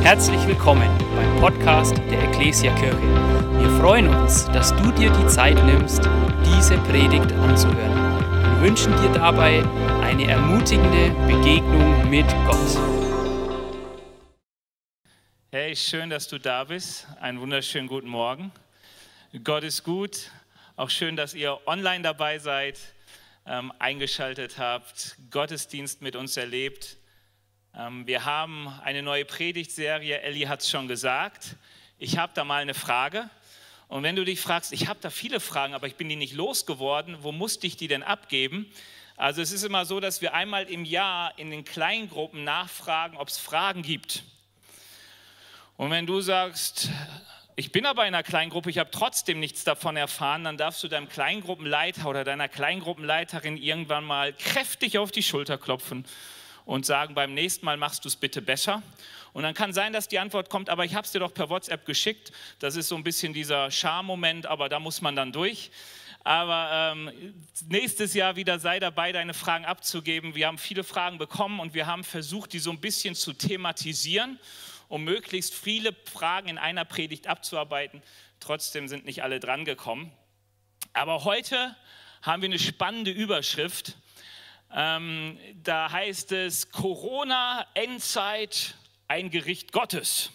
Herzlich willkommen beim Podcast der Ekklesia-Kirche. Wir freuen uns, dass du dir die Zeit nimmst, diese Predigt anzuhören und wünschen dir dabei eine ermutigende Begegnung mit Gott. Hey, schön, dass du da bist. Einen wunderschönen guten Morgen. Gott ist gut. Auch schön, dass ihr online dabei seid, eingeschaltet habt, Gottesdienst mit uns erlebt. Wir haben eine neue Predigtserie, Elli hat es schon gesagt. Ich habe da mal eine Frage. Und wenn du dich fragst, ich habe da viele Fragen, aber ich bin die nicht losgeworden, wo musste ich die denn abgeben? Also es ist immer so, dass wir einmal im Jahr in den Kleingruppen nachfragen, ob es Fragen gibt. Und wenn du sagst, ich bin aber in einer Kleingruppe, ich habe trotzdem nichts davon erfahren, dann darfst du deinem Kleingruppenleiter oder deiner Kleingruppenleiterin irgendwann mal kräftig auf die Schulter klopfen und sagen, beim nächsten Mal machst du es bitte besser. Und dann kann sein, dass die Antwort kommt, aber ich habe es dir doch per WhatsApp geschickt. Das ist so ein bisschen dieser Schammoment, aber da muss man dann durch. Aber nächstes Jahr wieder sei dabei, deine Fragen abzugeben. Wir haben viele Fragen bekommen und wir haben versucht, die so ein bisschen zu thematisieren, um möglichst viele Fragen in einer Predigt abzuarbeiten. Trotzdem sind nicht alle dran gekommen. Aber heute haben wir eine spannende Überschrift. Da heißt es Corona, Endzeit, ein Gericht Gottes.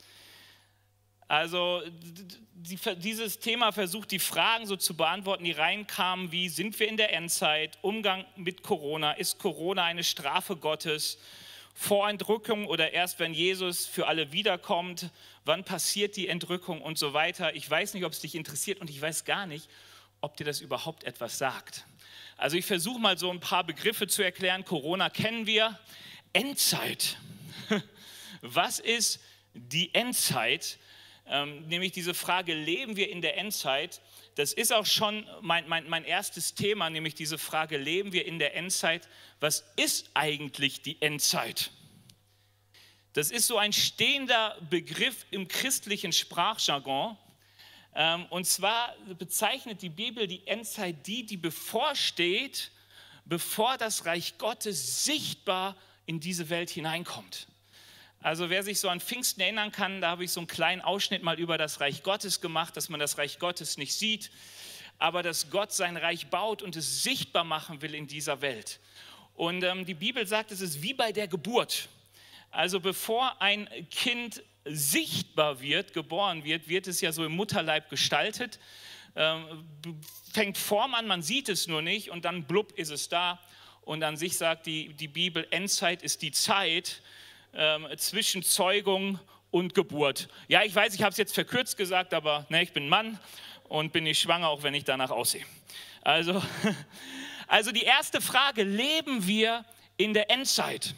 Also dieses Thema versucht die Fragen so zu beantworten, die reinkamen, wie sind wir in der Endzeit, Umgang mit Corona, ist Corona eine Strafe Gottes, Vorentrückung oder erst wenn Jesus für alle wiederkommt, wann passiert die Entrückung und so weiter. Ich weiß nicht, ob es dich interessiert und ich weiß gar nicht, ob dir das überhaupt etwas sagt. Also ich versuche mal so ein paar Begriffe zu erklären. Corona kennen wir. Endzeit. Was ist die Endzeit? Nämlich diese Frage, leben wir in der Endzeit? Das ist auch schon mein erstes Thema, nämlich diese Frage, leben wir in der Endzeit? Was ist eigentlich die Endzeit? Das ist so ein stehender Begriff im christlichen Sprachjargon. Und zwar bezeichnet die Bibel die Endzeit die bevorsteht, bevor das Reich Gottes sichtbar in diese Welt hineinkommt. Also wer sich so an Pfingsten erinnern kann, da habe ich so einen kleinen Ausschnitt mal über das Reich Gottes gemacht, dass man das Reich Gottes nicht sieht, aber dass Gott sein Reich baut und es sichtbar machen will in dieser Welt. Und die Bibel sagt, es ist wie bei der Geburt. Also bevor ein Kind sichtbar wird, geboren wird, wird es ja so im Mutterleib gestaltet, fängt Form an, man sieht es nur nicht und dann blub ist es da. Und an sich sagt die Bibel, Endzeit ist die Zeit zwischen Zeugung und Geburt. Ja, ich weiß, ich habe es jetzt verkürzt gesagt, aber ne, ich bin Mann und bin nicht schwanger, auch wenn ich danach aussehe. Also die erste Frage, leben wir in der Endzeit?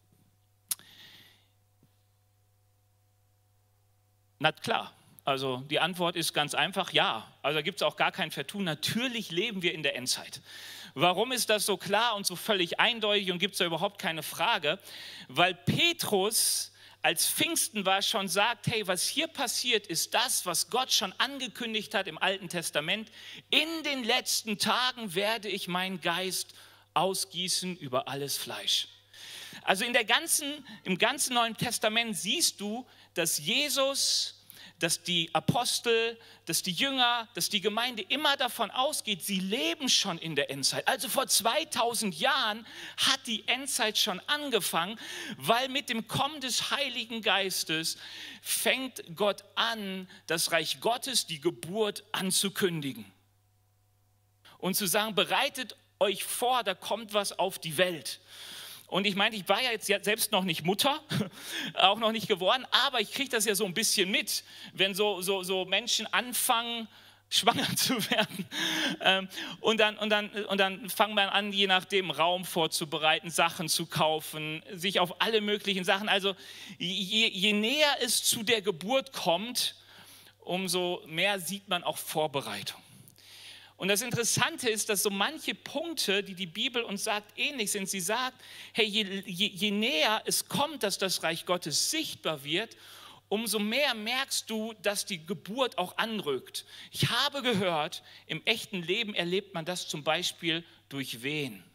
Na klar, also die Antwort ist ganz einfach, ja. Also da gibt es auch gar kein Vertun. Natürlich leben wir in der Endzeit. Warum ist das so klar und so völlig eindeutig und gibt es da überhaupt keine Frage? Weil Petrus, als Pfingsten war, schon sagt, hey, was hier passiert, ist das, was Gott schon angekündigt hat im Alten Testament. In den letzten Tagen werde ich meinen Geist ausgießen über alles Fleisch. Also im ganzen Neuen Testament siehst du, dass Jesus, dass die Apostel, dass die Jünger, dass die Gemeinde immer davon ausgeht, sie leben schon in der Endzeit. Also vor 2000 Jahren hat die Endzeit schon angefangen, weil mit dem Kommen des Heiligen Geistes fängt Gott an, das Reich Gottes, die Geburt anzukündigen. Und zu sagen, bereitet euch vor, da kommt was auf die Welt. Und ich meine, ich war ja jetzt selbst noch nicht Mutter, auch noch nicht geworden, aber ich kriege das ja so ein bisschen mit, wenn so Menschen anfangen, schwanger zu werden. Und dann fangen wir an, je nachdem Raum vorzubereiten, Sachen zu kaufen, sich auf alle möglichen Sachen. Also je näher es zu der Geburt kommt, umso mehr sieht man auch Vorbereitung. Und das Interessante ist, dass so manche Punkte, die Bibel uns sagt, ähnlich sind. Sie sagt, hey, je näher es kommt, dass das Reich Gottes sichtbar wird, umso mehr merkst du, dass die Geburt auch anrückt. Ich habe gehört, im echten Leben erlebt man das zum Beispiel durch Wehen.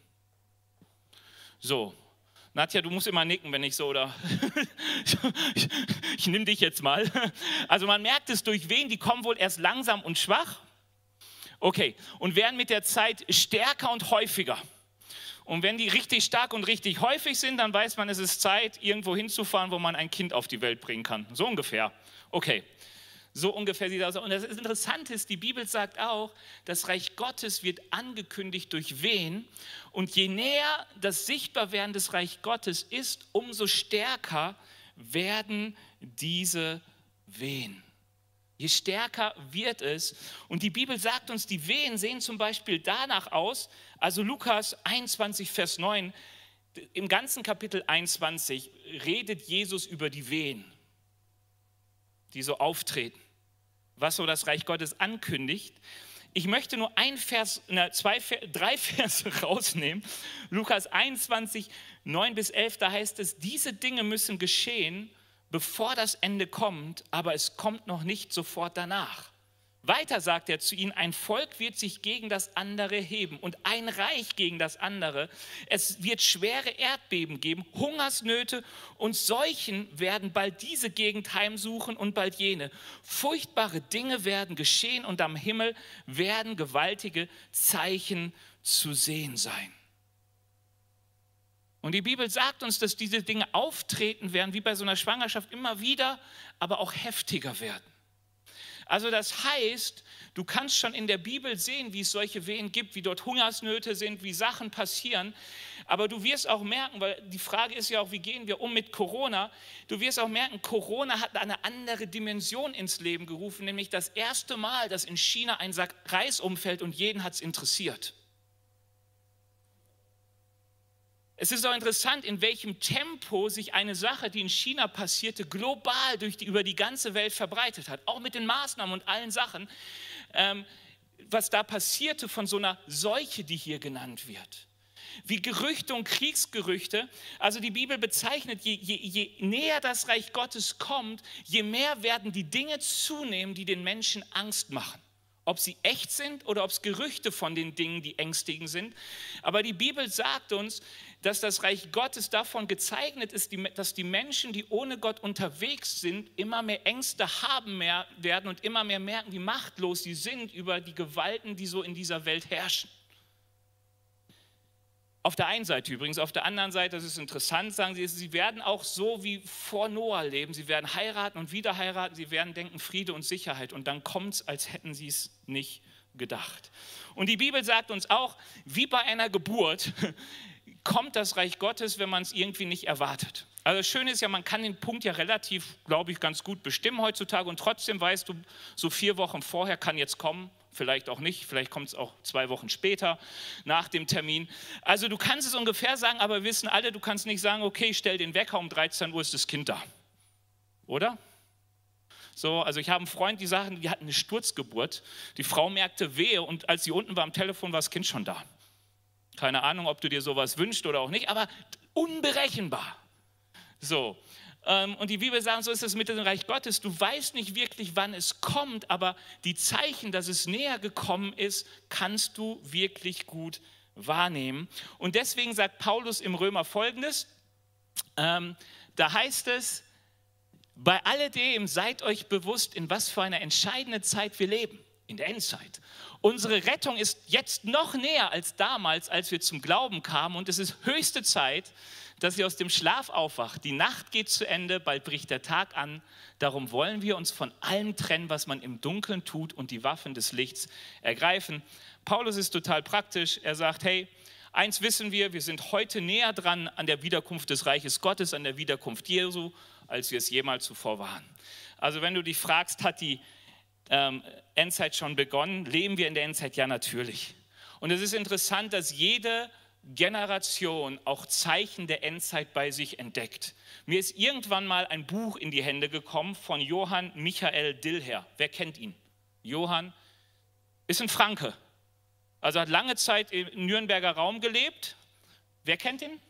So, Nadja, du musst immer nicken, wenn ich so, oder Ich nehme dich jetzt mal. Also man merkt es durch Wehen, die kommen wohl erst langsam und schwach. Okay, und werden mit der Zeit stärker und häufiger. Und wenn die richtig stark und richtig häufig sind, dann weiß man, es ist Zeit, irgendwo hinzufahren, wo man ein Kind auf die Welt bringen kann. So ungefähr. Okay, so ungefähr sieht das aus. Und das Interessante ist, die Bibel sagt auch, das Reich Gottes wird angekündigt durch Wehen. Und je näher das Sichtbarwerden des Reich Gottes ist, umso stärker werden diese Wehen. Je stärker wird es. Und die Bibel sagt uns, die Wehen sehen zum Beispiel danach aus, also Lukas 21, Vers 9, im ganzen Kapitel 21 redet Jesus über die Wehen, die so auftreten, was so das Reich Gottes ankündigt. Ich möchte nur drei Verse rausnehmen. Lukas 21, 9 bis 11, da heißt es, diese Dinge müssen geschehen, bevor das Ende kommt, aber es kommt noch nicht sofort danach. Weiter sagt er zu ihnen, ein Volk wird sich gegen das andere heben und ein Reich gegen das andere. Es wird schwere Erdbeben geben, Hungersnöte und Seuchen werden bald diese Gegend heimsuchen und bald jene. Furchtbare Dinge werden geschehen und am Himmel werden gewaltige Zeichen zu sehen sein. Und die Bibel sagt uns, dass diese Dinge auftreten werden, wie bei so einer Schwangerschaft immer wieder, aber auch heftiger werden. Also das heißt, du kannst schon in der Bibel sehen, wie es solche Wehen gibt, wie dort Hungersnöte sind, wie Sachen passieren. Aber du wirst auch merken, weil die Frage ist ja auch, wie gehen wir um mit Corona? Du wirst auch merken, Corona hat eine andere Dimension ins Leben gerufen, nämlich das erste Mal, dass in China ein Sack Reis umfällt und jeden hat es interessiert. Es ist auch interessant, in welchem Tempo sich eine Sache, die in China passierte, global über die ganze Welt verbreitet hat. Auch mit den Maßnahmen und allen Sachen, was da passierte von so einer Seuche, die hier genannt wird. Wie Gerüchte und Kriegsgerüchte. Also die Bibel bezeichnet, je näher das Reich Gottes kommt, je mehr werden die Dinge zunehmen, die den Menschen Angst machen. Ob sie echt sind oder ob es Gerüchte von den Dingen, die ängstigend sind. Aber die Bibel sagt uns, dass das Reich Gottes davon gezeichnet ist, dass die Menschen, die ohne Gott unterwegs sind, immer mehr Ängste haben werden und immer mehr merken, wie machtlos sie sind über die Gewalten, die so in dieser Welt herrschen. Auf der einen Seite übrigens, auf der anderen Seite, das ist interessant, sagen sie werden auch so wie vor Noah leben. Sie werden heiraten und wieder heiraten, sie werden denken Friede und Sicherheit und dann kommt es, als hätten sie es nicht gedacht. Und die Bibel sagt uns auch, wie bei einer Geburt kommt das Reich Gottes, wenn man es irgendwie nicht erwartet. Also das Schöne ist ja, man kann den Punkt ja relativ, glaube ich, ganz gut bestimmen heutzutage und trotzdem weißt du, so 4 Wochen vorher kann jetzt kommen. Vielleicht auch nicht, vielleicht kommt es auch 2 Wochen später nach dem Termin. Also du kannst es ungefähr sagen, aber wir wissen alle, du kannst nicht sagen, okay, ich stell den Wecker, um 13 Uhr ist das Kind da. Oder? So, also ich habe einen Freund, die hatten eine Sturzgeburt. Die Frau merkte Wehe und als sie unten war am Telefon, war das Kind schon da. Keine Ahnung, ob du dir sowas wünschst oder auch nicht, aber unberechenbar. So. Und die Bibel sagt, so ist es mit dem Reich Gottes. Du weißt nicht wirklich, wann es kommt, aber die Zeichen, dass es näher gekommen ist, kannst du wirklich gut wahrnehmen. Und deswegen sagt Paulus im Römer Folgendes, da heißt es, bei alledem seid euch bewusst, in was für einer entscheidenden Zeit wir leben, in der Endzeit. Unsere Rettung ist jetzt noch näher als damals, als wir zum Glauben kamen und es ist höchste Zeit, dass ihr aus dem Schlaf aufwacht. Die Nacht geht zu Ende, bald bricht der Tag an. Darum wollen wir uns von allem trennen, was man im Dunkeln tut und die Waffen des Lichts ergreifen. Paulus ist total praktisch. Er sagt, hey, eins wissen wir sind heute näher dran an der Wiederkunft des Reiches Gottes, an der Wiederkunft Jesu, als wir es jemals zuvor waren. Also wenn du dich fragst, hat die Endzeit schon begonnen? Leben wir in der Endzeit? Ja, natürlich. Und es ist interessant, dass jede Generation auch Zeichen der Endzeit bei sich entdeckt. Mir ist irgendwann mal ein Buch in die Hände gekommen von Johann Michael Dillher. Wer kennt ihn? Johann ist ein Franke. Also hat lange Zeit im Nürnberger Raum gelebt. Wer kennt ihn?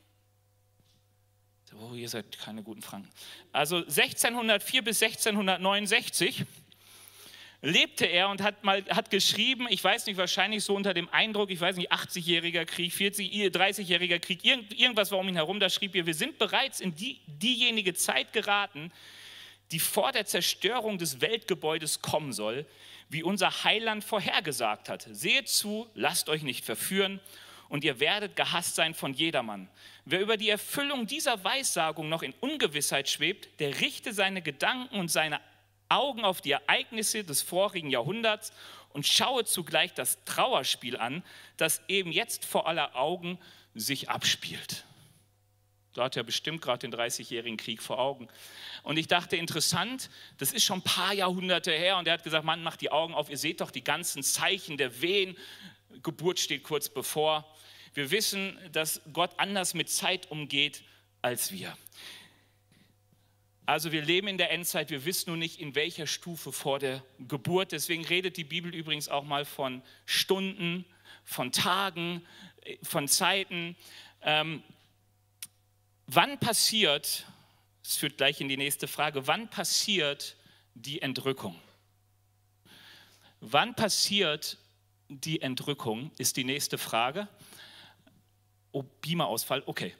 Oh, ihr seid keine guten Franken. Also 1604 bis 1669 lebte er und hat geschrieben, ich weiß nicht, wahrscheinlich so unter dem Eindruck, ich weiß nicht, 80-jähriger Krieg, 30-jähriger Krieg, irgendwas war um ihn herum, da schrieb er, wir sind bereits in diejenige Zeit geraten, die vor der Zerstörung des Weltgebäudes kommen soll, wie unser Heiland vorhergesagt hat. Seht zu, lasst euch nicht verführen und ihr werdet gehasst sein von jedermann. Wer über die Erfüllung dieser Weissagung noch in Ungewissheit schwebt, der richte seine Gedanken und seine Augen auf die Ereignisse des vorigen Jahrhunderts und schaue zugleich das Trauerspiel an, das eben jetzt vor aller Augen sich abspielt. Da hat er bestimmt gerade den 30-jährigen Krieg vor Augen. Und ich dachte, interessant, das ist schon ein paar Jahrhunderte her. Und er hat gesagt, Mann, macht die Augen auf, ihr seht doch die ganzen Zeichen der Wehen. Geburt steht kurz bevor. Wir wissen, dass Gott anders mit Zeit umgeht als wir. Also wir leben in der Endzeit, wir wissen nur nicht, in welcher Stufe vor der Geburt. Deswegen redet die Bibel übrigens auch mal von Stunden, von Tagen, von Zeiten. Wann passiert, das führt gleich in die nächste Frage, wann passiert die Entrückung? Wann passiert die Entrückung, ist die nächste Frage. Oh, Beamer-Ausfall, okay.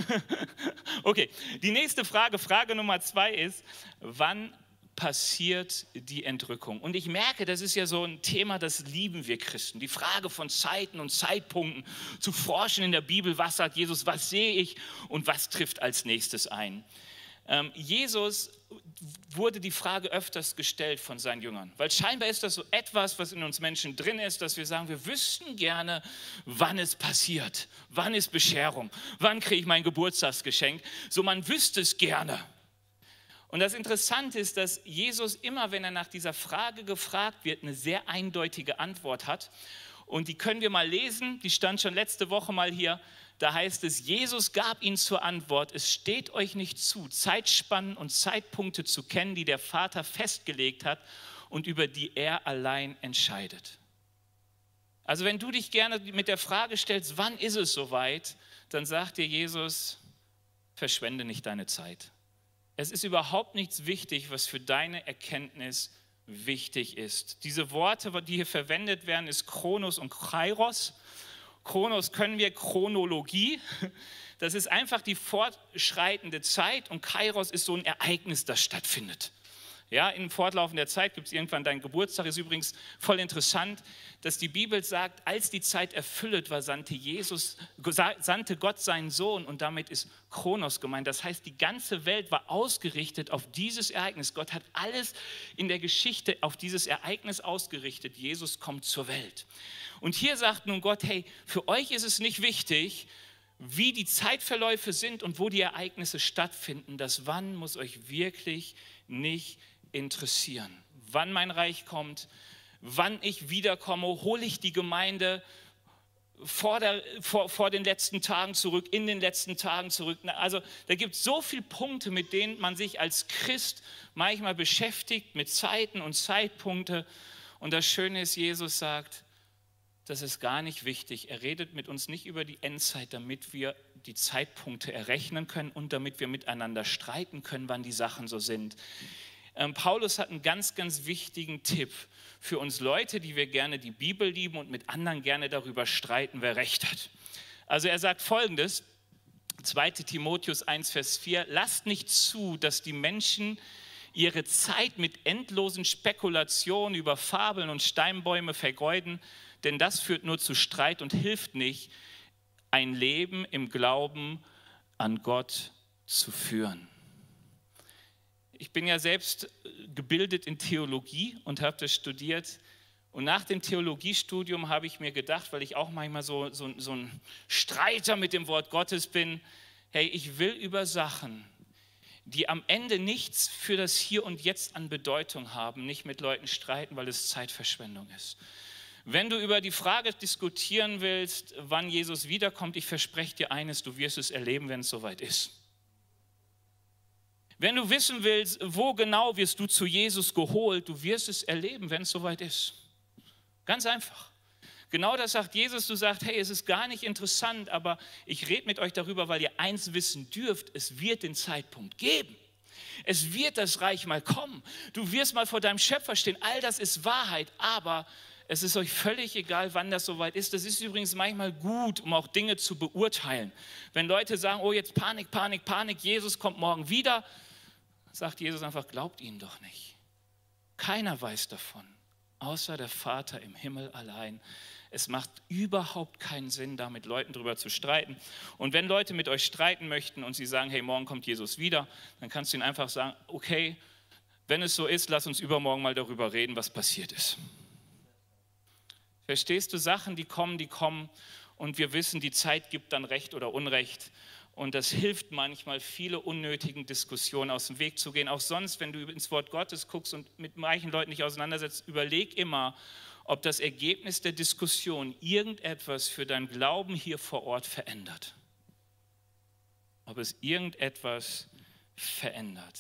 Okay, die nächste Frage, Frage Nummer 2 ist, wann passiert die Entrückung? Und ich merke, das ist ja so ein Thema, das lieben wir Christen. Die Frage von Zeiten und Zeitpunkten, zu forschen in der Bibel, was sagt Jesus, was sehe ich und was trifft als nächstes ein. Jesus wurde die Frage öfters gestellt von seinen Jüngern, weil scheinbar ist das so etwas, was in uns Menschen drin ist, dass wir sagen, wir wüssten gerne, wann es passiert, wann ist Bescherung, wann kriege ich mein Geburtstagsgeschenk, so man wüsste es gerne. Und das Interessante ist, dass Jesus immer, wenn er nach dieser Frage gefragt wird, eine sehr eindeutige Antwort hat. Und die können wir mal lesen, die stand schon letzte Woche mal hier. Da heißt es, Jesus gab ihnen zur Antwort, es steht euch nicht zu, Zeitspannen und Zeitpunkte zu kennen, die der Vater festgelegt hat und über die er allein entscheidet. Also wenn du dich gerne mit der Frage stellst, wann ist es soweit, dann sagt dir Jesus, verschwende nicht deine Zeit. Es ist überhaupt nichts wichtig, was für deine Erkenntnis wichtig ist. Diese Worte, die hier verwendet werden, ist Chronos und Kairos. Chronos können wir Chronologie, das ist einfach die fortschreitende Zeit und Kairos ist so ein Ereignis, das stattfindet. Ja, im Fortlaufen der Zeit gibt es irgendwann deinen Geburtstag, ist übrigens voll interessant, dass die Bibel sagt, als die Zeit erfüllt war, sandte Gott seinen Sohn und damit ist Chronos gemeint. Das heißt, die ganze Welt war ausgerichtet auf dieses Ereignis. Gott hat alles in der Geschichte auf dieses Ereignis ausgerichtet. Jesus kommt zur Welt. Und hier sagt nun Gott, hey, für euch ist es nicht wichtig, wie die Zeitverläufe sind und wo die Ereignisse stattfinden. Das Wann muss euch wirklich nicht interessieren. Wann mein Reich kommt, wann ich wiederkomme, hole ich die Gemeinde vor den letzten Tagen zurück, in den letzten Tagen zurück. Also da gibt es so viele Punkte, mit denen man sich als Christ manchmal beschäftigt, mit Zeiten und Zeitpunkte. Und das Schöne ist, Jesus sagt, das ist gar nicht wichtig. Er redet mit uns nicht über die Endzeit, damit wir die Zeitpunkte errechnen können und damit wir miteinander streiten können, wann die Sachen so sind. Paulus hat einen ganz, ganz wichtigen Tipp für uns Leute, die wir gerne die Bibel lieben und mit anderen gerne darüber streiten, wer recht hat. Also er sagt Folgendes, 2 Timotheus 1, Vers 4, lasst nicht zu, dass die Menschen ihre Zeit mit endlosen Spekulationen über Fabeln und Steinbäume vergeuden, denn das führt nur zu Streit und hilft nicht, ein Leben im Glauben an Gott zu führen. Ich bin ja selbst gebildet in Theologie und habe das studiert. Und nach dem Theologiestudium habe ich mir gedacht, weil ich auch manchmal so ein Streiter mit dem Wort Gottes bin, hey, ich will über Sachen, die am Ende nichts für das Hier und Jetzt an Bedeutung haben, nicht mit Leuten streiten, weil es Zeitverschwendung ist. Wenn du über die Frage diskutieren willst, wann Jesus wiederkommt, ich verspreche dir eines, du wirst es erleben, wenn es soweit ist. Wenn du wissen willst, wo genau wirst du zu Jesus geholt, du wirst es erleben, wenn es soweit ist. Ganz einfach. Genau das sagt Jesus, du sagst, hey, es ist gar nicht interessant, aber ich rede mit euch darüber, weil ihr eins wissen dürft, es wird den Zeitpunkt geben. Es wird das Reich mal kommen. Du wirst mal vor deinem Schöpfer stehen, all das ist Wahrheit, aber es ist euch völlig egal, wann das soweit ist. Das ist übrigens manchmal gut, um auch Dinge zu beurteilen. Wenn Leute sagen, oh jetzt Panik, Panik, Panik, Jesus kommt morgen wieder, sagt Jesus einfach, glaubt ihnen doch nicht. Keiner weiß davon, außer der Vater im Himmel allein. Es macht überhaupt keinen Sinn, da mit Leuten drüber zu streiten. Und wenn Leute mit euch streiten möchten und sie sagen, hey, morgen kommt Jesus wieder, dann kannst du ihnen einfach sagen, okay, wenn es so ist, lass uns übermorgen mal darüber reden, was passiert ist. Verstehst du, Sachen, die kommen und wir wissen, die Zeit gibt dann Recht oder Unrecht. Und das hilft manchmal, viele unnötigen Diskussionen aus dem Weg zu gehen. Auch sonst, wenn du ins Wort Gottes guckst und mit manchen Leuten dich auseinandersetzt, überleg immer, ob das Ergebnis der Diskussion irgendetwas für deinen Glauben hier vor Ort verändert. Ob es irgendetwas verändert.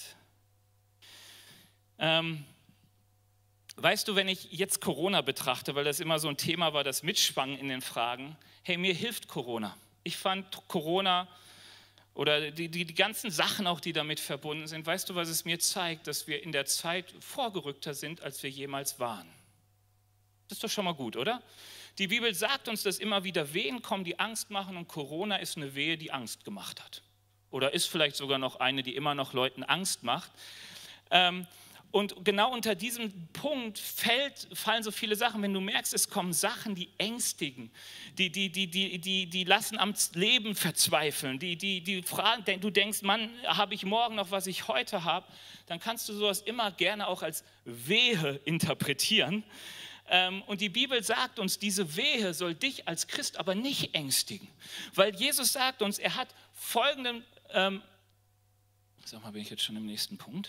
Weißt du, wenn ich jetzt Corona betrachte, weil das immer so ein Thema war, das mitschwang in den Fragen, hey, mir hilft Corona. Ich fand Corona oder die ganzen Sachen auch, die damit verbunden sind, weißt du, was es mir zeigt, dass wir in der Zeit vorgerückter sind, als wir jemals waren. Das ist doch schon mal gut, oder? Die Bibel sagt uns, dass immer wieder Wehen kommen, die Angst machen und Corona ist eine Wehe, die Angst gemacht hat. Oder ist vielleicht sogar noch eine, die immer noch Leuten Angst macht. Und genau unter diesem Punkt fallen so viele Sachen. Wenn du merkst, es kommen Sachen, die ängstigen, die lassen am Leben verzweifeln, die fragen, du denkst, Mann, habe ich morgen noch, was ich heute habe, dann kannst du sowas immer gerne auch als Wehe interpretieren. Und die Bibel sagt uns, diese Wehe soll dich als Christ aber nicht ängstigen. Weil Jesus sagt uns, er hat folgenden, sag mal, bin ich jetzt schon im nächsten Punkt?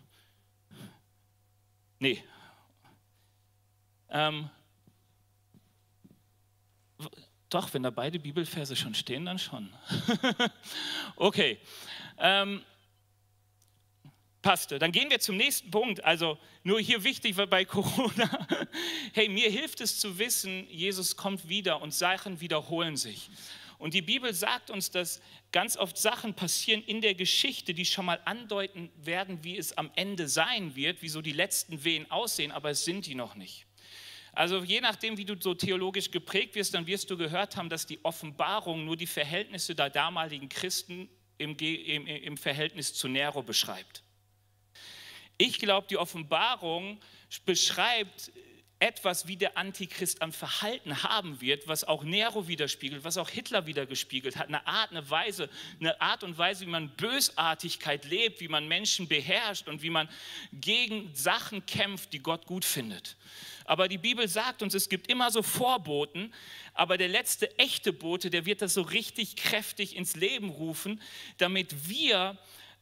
Nee. Doch, wenn da beide Bibelverse schon stehen, dann schon. Okay. Passte. Dann gehen wir zum nächsten Punkt. Also nur hier wichtig bei Corona. Hey, mir hilft es zu wissen, Jesus kommt wieder und Sachen wiederholen sich. Und die Bibel sagt uns, dass ganz oft Sachen passieren in der Geschichte, die schon mal andeuten werden, wie es am Ende sein wird, wie so die letzten Wehen aussehen, aber es sind die noch nicht. Also je nachdem, wie du so theologisch geprägt wirst, dann wirst du gehört haben, dass die Offenbarung nur die Verhältnisse der damaligen Christen im Verhältnis zu Nero beschreibt. Ich glaube, die Offenbarung beschreibt etwas, wie der Antichrist am Verhalten haben wird, was auch Nero widerspiegelt, was auch Hitler widergespiegelt hat. Eine Art und Weise, wie man Bösartigkeit lebt, wie man Menschen beherrscht und wie man gegen Sachen kämpft, die Gott gut findet. Aber die Bibel sagt uns, es gibt immer so Vorboten, aber der letzte echte Bote, der wird das so richtig kräftig ins Leben rufen, damit wir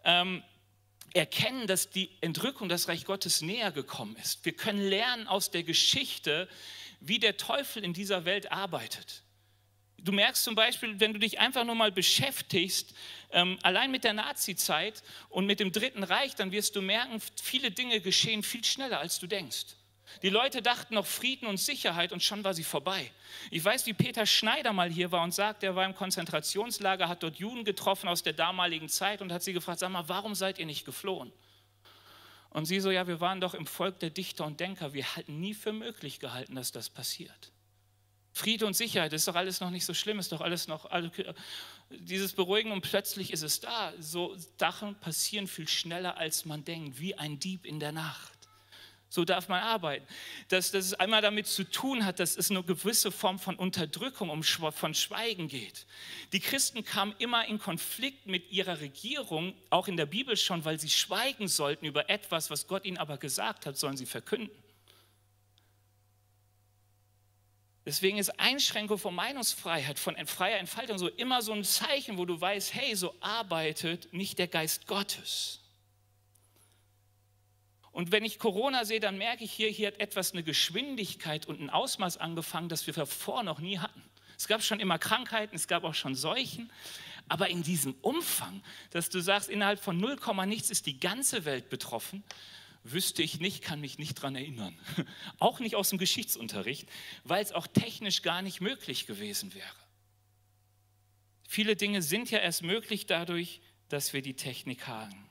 erkennen, dass die Entrückung, das Reich Gottes näher gekommen ist. Wir können lernen aus der Geschichte, wie der Teufel in dieser Welt arbeitet. Du merkst zum Beispiel, wenn du dich einfach nur mal beschäftigst, allein mit der Nazi-Zeit und mit dem Dritten Reich, dann wirst du merken, viele Dinge geschehen viel schneller, als du denkst. Die Leute dachten noch Frieden und Sicherheit und schon war sie vorbei. Ich weiß, wie Peter Schneider mal hier war und sagt, er war im Konzentrationslager, hat dort Juden getroffen aus der damaligen Zeit und hat sie gefragt, sag mal, warum seid ihr nicht geflohen? Und sie so, ja, wir waren doch im Volk der Dichter und Denker, wir hatten nie für möglich gehalten, dass das passiert. Friede und Sicherheit, ist doch alles noch nicht so schlimm, ist doch alles noch, dieses Beruhigen und plötzlich ist es da. So Sachen passieren viel schneller, als man denkt, wie ein Dieb in der Nacht. So darf man arbeiten. Dass es einmal damit zu tun hat, dass es eine gewisse Form von Unterdrückung, von Schweigen geht. Die Christen kamen immer in Konflikt mit ihrer Regierung, auch in der Bibel schon, weil sie schweigen sollten über etwas, was Gott ihnen aber gesagt hat, sollen sie verkünden. Deswegen ist Einschränkung von Meinungsfreiheit, von freier Entfaltung so immer so ein Zeichen, wo du weißt, hey, so arbeitet nicht der Geist Gottes. Und wenn ich Corona sehe, dann merke ich, hier hat etwas eine Geschwindigkeit und ein Ausmaß angefangen, das wir davor noch nie hatten. Es gab schon immer Krankheiten, es gab auch schon Seuchen, aber in diesem Umfang, dass du sagst, innerhalb von 0, nichts ist die ganze Welt betroffen, wüsste ich nicht, kann mich nicht dran erinnern. Auch nicht aus dem Geschichtsunterricht, weil es auch technisch gar nicht möglich gewesen wäre. Viele Dinge sind ja erst möglich dadurch, dass wir die Technik haben.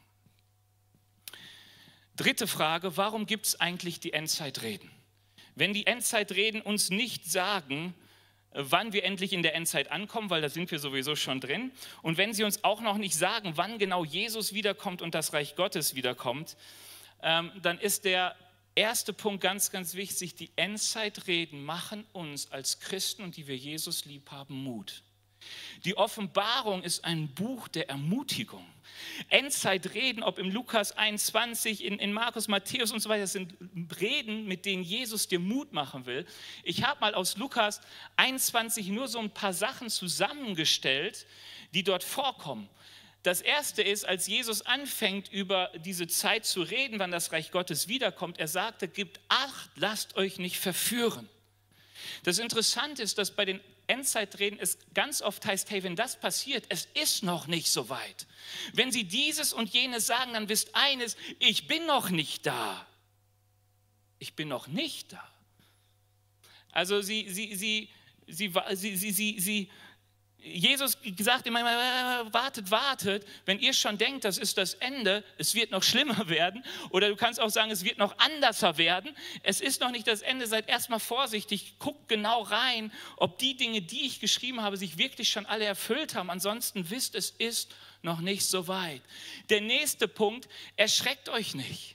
Dritte Frage, warum gibt es eigentlich die Endzeitreden? Wenn die Endzeitreden uns nicht sagen, wann wir endlich in der Endzeit ankommen, weil da sind wir sowieso schon drin. Und wenn sie uns auch noch nicht sagen, wann genau Jesus wiederkommt und das Reich Gottes wiederkommt, dann ist der erste Punkt ganz, ganz wichtig. Die Endzeitreden machen uns als Christen und die wir Jesus lieb haben, Mut. Die Offenbarung ist ein Buch der Ermutigung. Endzeitreden, ob im Lukas 21, in Markus, Matthäus und so weiter, das sind Reden, mit denen Jesus dir Mut machen will. Ich habe mal aus Lukas 21 nur so ein paar Sachen zusammengestellt, die dort vorkommen. Das erste ist, als Jesus anfängt, über diese Zeit zu reden, wann das Reich Gottes wiederkommt, er sagte, gebt Acht, lasst euch nicht verführen. Das Interessante ist, dass bei den Endzeitreden es ganz oft heißt, hey, wenn das passiert, es ist noch nicht so weit. Wenn sie dieses und jenes sagen, dann wisst eines, ich bin noch nicht da. Ich bin noch nicht da. Also Jesus sagt immer, wartet, wenn ihr schon denkt, das ist das Ende, es wird noch schlimmer werden. Oder du kannst auch sagen, es wird noch anderser werden. Es ist noch nicht das Ende, seid erstmal vorsichtig, guckt genau rein, ob die Dinge, die ich geschrieben habe, sich wirklich schon alle erfüllt haben. Ansonsten wisst, es ist noch nicht so weit. Der nächste Punkt, erschreckt euch nicht.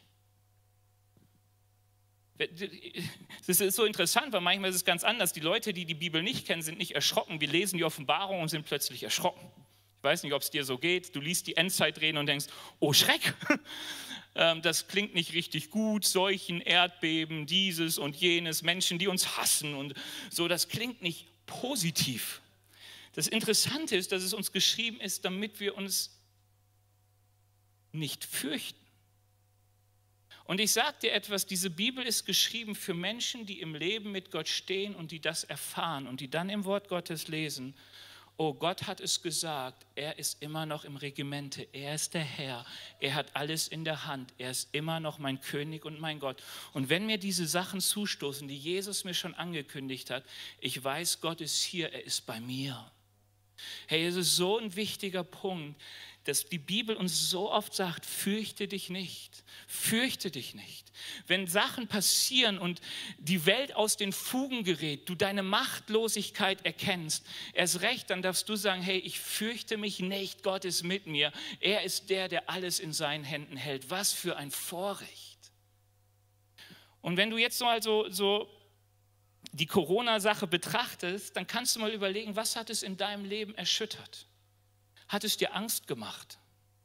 Das ist so interessant, weil manchmal ist es ganz anders. Die Leute, die die Bibel nicht kennen, sind nicht erschrocken. Wir lesen die Offenbarung und sind plötzlich erschrocken. Ich weiß nicht, ob es dir so geht. Du liest die Endzeitreden und denkst, oh Schreck, das klingt nicht richtig gut. Seuchen, Erdbeben, dieses und jenes, Menschen, die uns hassen und so. Das klingt nicht positiv. Das Interessante ist, dass es uns geschrieben ist, damit wir uns nicht fürchten. Und ich sage dir etwas, diese Bibel ist geschrieben für Menschen, die im Leben mit Gott stehen und die das erfahren und die dann im Wort Gottes lesen, oh, Gott hat es gesagt, er ist immer noch im Regimente, er ist der Herr, er hat alles in der Hand, er ist immer noch mein König und mein Gott. Und wenn mir diese Sachen zustoßen, die Jesus mir schon angekündigt hat, ich weiß, Gott ist hier, er ist bei mir. Hey, es ist so ein wichtiger Punkt, dass die Bibel uns so oft sagt, fürchte dich nicht, fürchte dich nicht. Wenn Sachen passieren und die Welt aus den Fugen gerät, du deine Machtlosigkeit erkennst, erst recht, dann darfst du sagen, hey, ich fürchte mich nicht, Gott ist mit mir. Er ist der, der alles in seinen Händen hält. Was für ein Vorrecht. Und wenn du jetzt mal so die Corona-Sache betrachtest, dann kannst du mal überlegen, was hat es in deinem Leben erschüttert? Hat es dir Angst gemacht?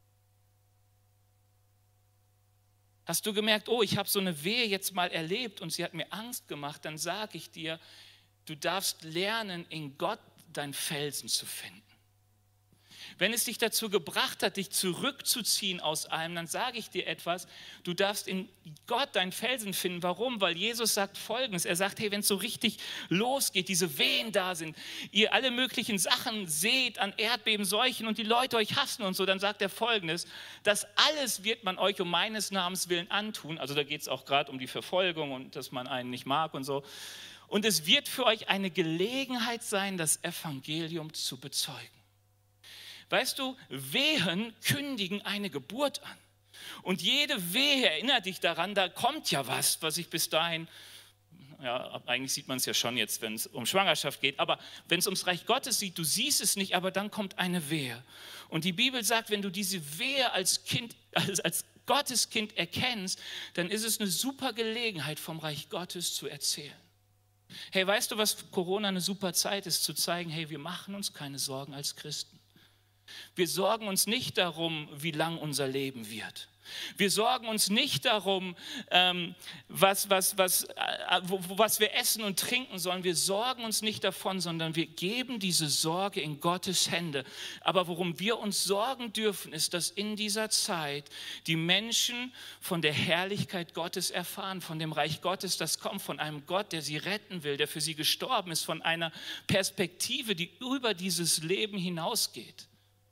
Hast du gemerkt, oh, ich habe so eine Wehe jetzt mal erlebt und sie hat mir Angst gemacht, dann sage ich dir, du darfst lernen, in Gott deinen Felsen zu finden. Wenn es dich dazu gebracht hat, dich zurückzuziehen aus allem, dann sage ich dir etwas, du darfst in Gott deinen Felsen finden. Warum? Weil Jesus sagt Folgendes, er sagt, hey, wenn es so richtig losgeht, diese Wehen da sind, ihr alle möglichen Sachen seht an Erdbeben, Seuchen und die Leute euch hassen und so, dann sagt er Folgendes, das alles wird man euch um meines Namens willen antun, also da geht es auch gerade um die Verfolgung und dass man einen nicht mag und so, und es wird für euch eine Gelegenheit sein, das Evangelium zu bezeugen. Weißt du, Wehen kündigen eine Geburt an. Und jede Wehe erinnert dich daran, da kommt ja was ich bis dahin, ja, eigentlich sieht man es ja schon jetzt, wenn es um Schwangerschaft geht, aber wenn es ums Reich Gottes geht, du siehst es nicht, aber dann kommt eine Wehe. Und die Bibel sagt, wenn du diese Wehe als Kind, als Gotteskind erkennst, dann ist es eine super Gelegenheit, vom Reich Gottes zu erzählen. Hey, weißt du, was Corona eine super Zeit ist, zu zeigen, hey, wir machen uns keine Sorgen als Christen. Wir sorgen uns nicht darum, wie lang unser Leben wird. Wir sorgen uns nicht darum, was wir essen und trinken sollen. Wir sorgen uns nicht davon, sondern wir geben diese Sorge in Gottes Hände. Aber worum wir uns sorgen dürfen, ist, dass in dieser Zeit die Menschen von der Herrlichkeit Gottes erfahren, von dem Reich Gottes, das kommt, von einem Gott, der sie retten will, der für sie gestorben ist, von einer Perspektive, die über dieses Leben hinausgeht.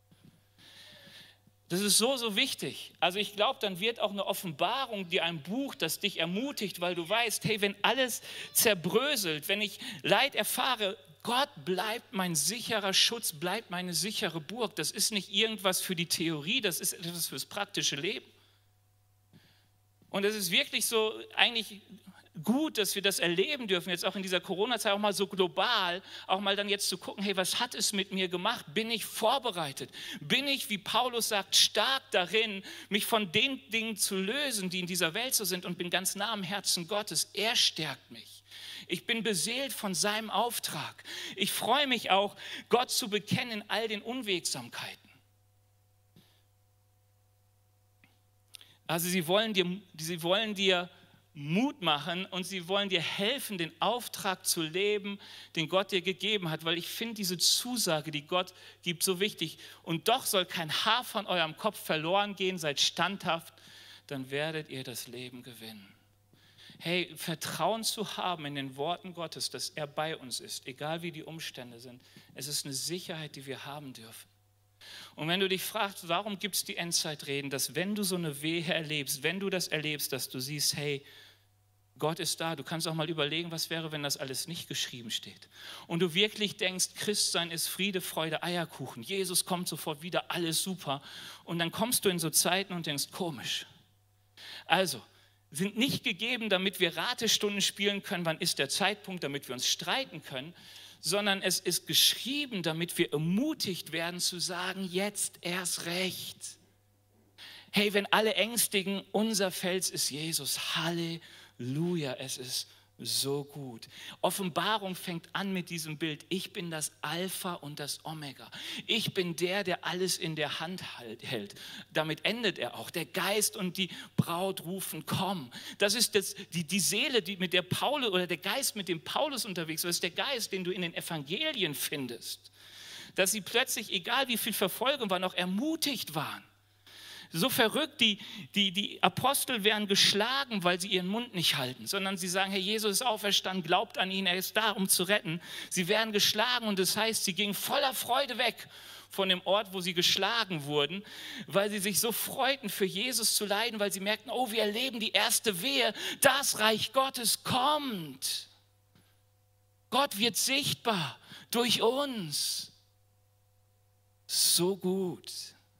Das ist so, so wichtig. Also ich glaube, dann wird auch eine Offenbarung dir ein Buch, das dich ermutigt, weil du weißt, hey, wenn alles zerbröselt, wenn ich Leid erfahre, Gott bleibt mein sicherer Schutz, bleibt meine sichere Burg. Das ist nicht irgendwas für die Theorie, das ist etwas fürs praktische Leben. Und es ist wirklich so, eigentlich gut, dass wir das erleben dürfen, jetzt auch in dieser Corona-Zeit, auch mal so global, auch mal dann jetzt zu gucken, hey, was hat es mit mir gemacht? Bin ich vorbereitet? Bin ich, wie Paulus sagt, stark darin, mich von den Dingen zu lösen, die in dieser Welt so sind, und bin ganz nah am Herzen Gottes. Er stärkt mich. Ich bin beseelt von seinem Auftrag. Ich freue mich auch, Gott zu bekennen in all den Unwegsamkeiten. Also sie wollen dir Mut machen und sie wollen dir helfen, den Auftrag zu leben, den Gott dir gegeben hat, weil ich finde diese Zusage, die Gott gibt, so wichtig. Und doch soll kein Haar von eurem Kopf verloren gehen, seid standhaft, dann werdet ihr das Leben gewinnen. Hey, Vertrauen zu haben in den Worten Gottes, dass er bei uns ist, egal wie die Umstände sind, es ist eine Sicherheit, die wir haben dürfen. Und wenn du dich fragst, warum gibt es die Endzeitreden, dass wenn du so eine Wehe erlebst, wenn du das erlebst, dass du siehst, hey, Gott ist da, du kannst auch mal überlegen, was wäre, wenn das alles nicht geschrieben steht. Und du wirklich denkst, Christsein ist Friede, Freude, Eierkuchen, Jesus kommt sofort wieder, alles super. Und dann kommst du in so Zeiten und denkst, komisch. Also, sind nicht gegeben, damit wir Ratestunden spielen können, wann ist der Zeitpunkt, damit wir uns streiten können, sondern es ist geschrieben, damit wir ermutigt werden zu sagen, jetzt erst recht. Hey, wenn alle ängstigen, unser Fels ist Jesus. Halleluja, es ist so gut. Offenbarung fängt an mit diesem Bild. Ich bin das Alpha und das Omega. Ich bin der alles in der Hand hält. Damit endet er auch. Der Geist und die Braut rufen, komm. Das ist die Seele, mit der Paulus, oder der Geist, mit dem Paulus unterwegs war. Das ist der Geist, den du in den Evangelien findest. Dass sie plötzlich, egal wie viel Verfolgung war, noch ermutigt waren. So verrückt, die Apostel werden geschlagen, weil sie ihren Mund nicht halten, sondern sie sagen, Herr, Jesus ist auferstanden, glaubt an ihn, er ist da, um zu retten. Sie werden geschlagen und das heißt, sie gingen voller Freude weg von dem Ort, wo sie geschlagen wurden, weil sie sich so freuten, für Jesus zu leiden, weil sie merkten, oh, wir erleben die erste Wehe, das Reich Gottes kommt. Gott wird sichtbar durch uns. So gut.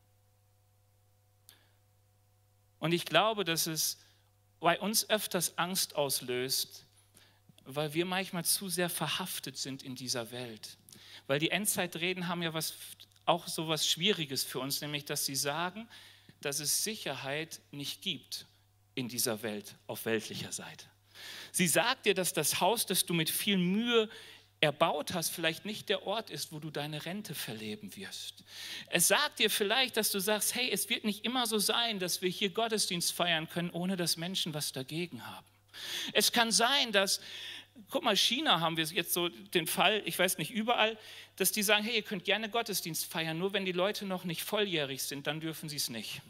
Und ich glaube, dass es bei uns öfters Angst auslöst, weil wir manchmal zu sehr verhaftet sind in dieser Welt. Weil die Endzeitreden haben ja auch so was Schwieriges für uns, nämlich dass sie sagen, dass es Sicherheit nicht gibt in dieser Welt auf weltlicher Seite. Sie sagt dir, dass das Haus, das du mit viel Mühe erbaut hast, vielleicht nicht der Ort ist, wo du deine Rente verleben wirst. Es sagt dir vielleicht, dass du sagst, hey, es wird nicht immer so sein, dass wir hier Gottesdienst feiern können, ohne dass Menschen was dagegen haben. Es kann sein, dass, guck mal, China haben wir jetzt so den Fall, ich weiß nicht überall, dass die sagen, hey, ihr könnt gerne Gottesdienst feiern, nur wenn die Leute noch nicht volljährig sind, dann dürfen sie es nicht.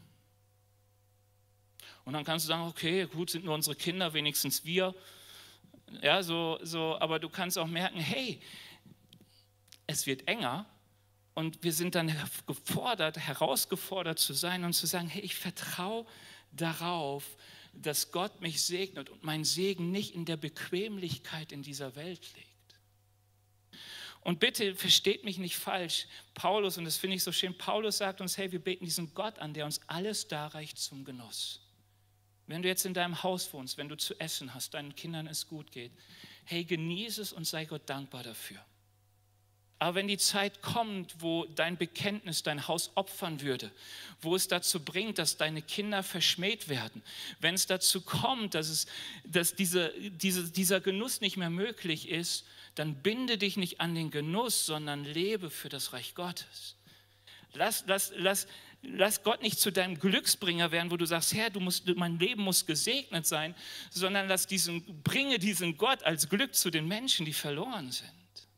Und dann kannst du sagen, okay, gut, sind nur unsere Kinder, wenigstens wir. Ja, aber du kannst auch merken, hey, es wird enger und wir sind dann herausgefordert zu sein und zu sagen, hey, ich vertraue darauf, dass Gott mich segnet und mein Segen nicht in der Bequemlichkeit in dieser Welt liegt. Und bitte versteht mich nicht falsch, Paulus, und das finde ich so schön, Paulus sagt uns, hey, wir beten diesen Gott an, der uns alles darreicht zum Genuss. Wenn du jetzt in deinem Haus wohnst, wenn du zu essen hast, deinen Kindern es gut geht, hey, genieße es und sei Gott dankbar dafür. Aber wenn die Zeit kommt, wo dein Bekenntnis dein Haus opfern würde, wo es dazu bringt, dass deine Kinder verschmäht werden, wenn es dazu kommt, dass dieser Genuss nicht mehr möglich ist, dann binde dich nicht an den Genuss, sondern lebe für das Reich Gottes. Lass Gott nicht zu deinem Glücksbringer werden, wo du sagst, Herr, mein Leben muss gesegnet sein, sondern bringe diesen Gott als Glück zu den Menschen, die verloren sind.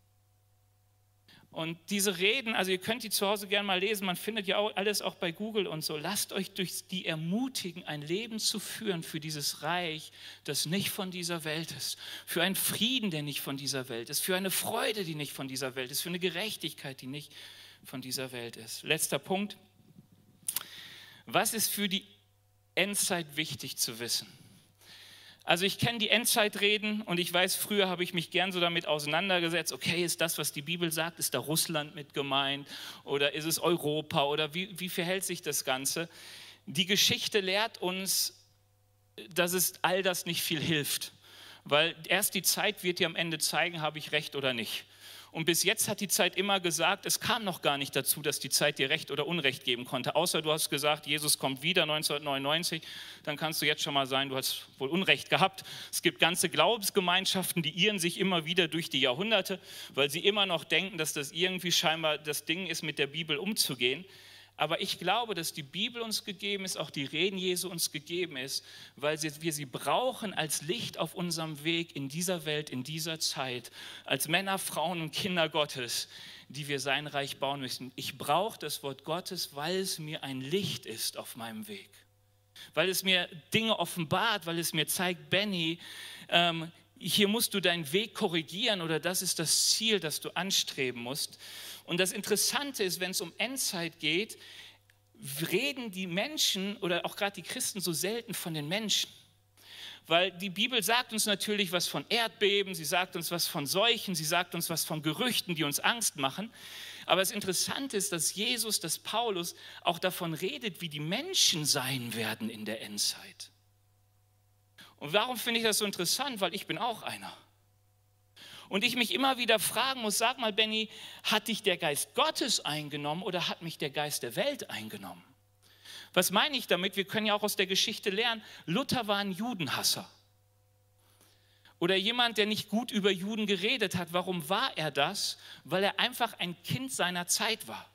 Und diese Reden, also ihr könnt die zu Hause gerne mal lesen, man findet ja alles auch bei Google und so. Lasst euch durch die ermutigen, ein Leben zu führen für dieses Reich, das nicht von dieser Welt ist. Für einen Frieden, der nicht von dieser Welt ist. Für eine Freude, die nicht von dieser Welt ist. Für eine Gerechtigkeit, die nicht von dieser Welt ist. Letzter Punkt. Was ist für die Endzeit wichtig zu wissen? Also ich kenne die Endzeitreden und ich weiß, früher habe ich mich gern so damit auseinandergesetzt, okay, ist das, was die Bibel sagt, ist da Russland mit gemeint oder ist es Europa oder wie verhält sich das Ganze? Die Geschichte lehrt uns, dass es all das nicht viel hilft. Weil erst die Zeit wird dir am Ende zeigen, habe ich recht oder nicht. Und bis jetzt hat die Zeit immer gesagt, es kam noch gar nicht dazu, dass die Zeit dir Recht oder Unrecht geben konnte. Außer du hast gesagt, Jesus kommt wieder 1999, dann kannst du jetzt schon mal sagen, du hast wohl Unrecht gehabt. Es gibt ganze Glaubensgemeinschaften, die irren sich immer wieder durch die Jahrhunderte, weil sie immer noch denken, dass das irgendwie scheinbar das Ding ist, mit der Bibel umzugehen. Aber ich glaube, dass die Bibel uns gegeben ist, auch die Reden Jesu uns gegeben ist, weil wir sie brauchen als Licht auf unserem Weg in dieser Welt, in dieser Zeit, als Männer, Frauen und Kinder Gottes, die wir sein Reich bauen müssen. Ich brauche das Wort Gottes, weil es mir ein Licht ist auf meinem Weg. Weil es mir Dinge offenbart, weil es mir zeigt, Benny, hier musst du deinen Weg korrigieren oder das ist das Ziel, das du anstreben musst. Und das Interessante ist, wenn es um Endzeit geht, reden die Menschen oder auch gerade die Christen so selten von den Menschen. Weil die Bibel sagt uns natürlich was von Erdbeben, sie sagt uns was von Seuchen, sie sagt uns was von Gerüchten, die uns Angst machen. Aber das Interessante ist, dass Jesus, dass Paulus auch davon redet, wie die Menschen sein werden in der Endzeit. Und warum finde ich das so interessant? Weil ich bin auch einer. Und ich mich immer wieder fragen muss, sag mal Benny, hat dich der Geist Gottes eingenommen oder hat mich der Geist der Welt eingenommen? Was meine ich damit? Wir können ja auch aus der Geschichte lernen, Luther war ein Judenhasser. Oder jemand, der nicht gut über Juden geredet hat. Warum war er das? Weil er einfach ein Kind seiner Zeit war.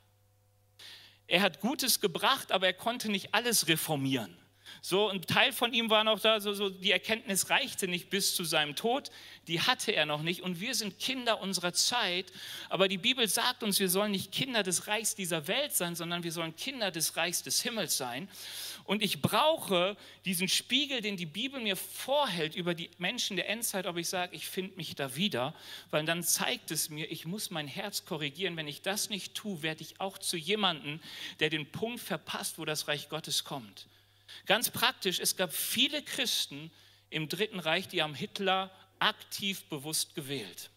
Er hat Gutes gebracht, aber er konnte nicht alles reformieren. So, ein Teil von ihm war noch da, so die Erkenntnis reichte nicht bis zu seinem Tod, die hatte er noch nicht. Und wir sind Kinder unserer Zeit, aber die Bibel sagt uns, wir sollen nicht Kinder des Reichs dieser Welt sein, sondern wir sollen Kinder des Reichs des Himmels sein. Und ich brauche diesen Spiegel, den die Bibel mir vorhält über die Menschen der Endzeit, ob ich sage, ich finde mich da wieder, weil dann zeigt es mir, ich muss mein Herz korrigieren. Wenn ich das nicht tue, werde ich auch zu jemandem, der den Punkt verpasst, wo das Reich Gottes kommt. Ganz praktisch, es gab viele Christen im Dritten Reich, die haben Hitler aktiv bewusst gewählt.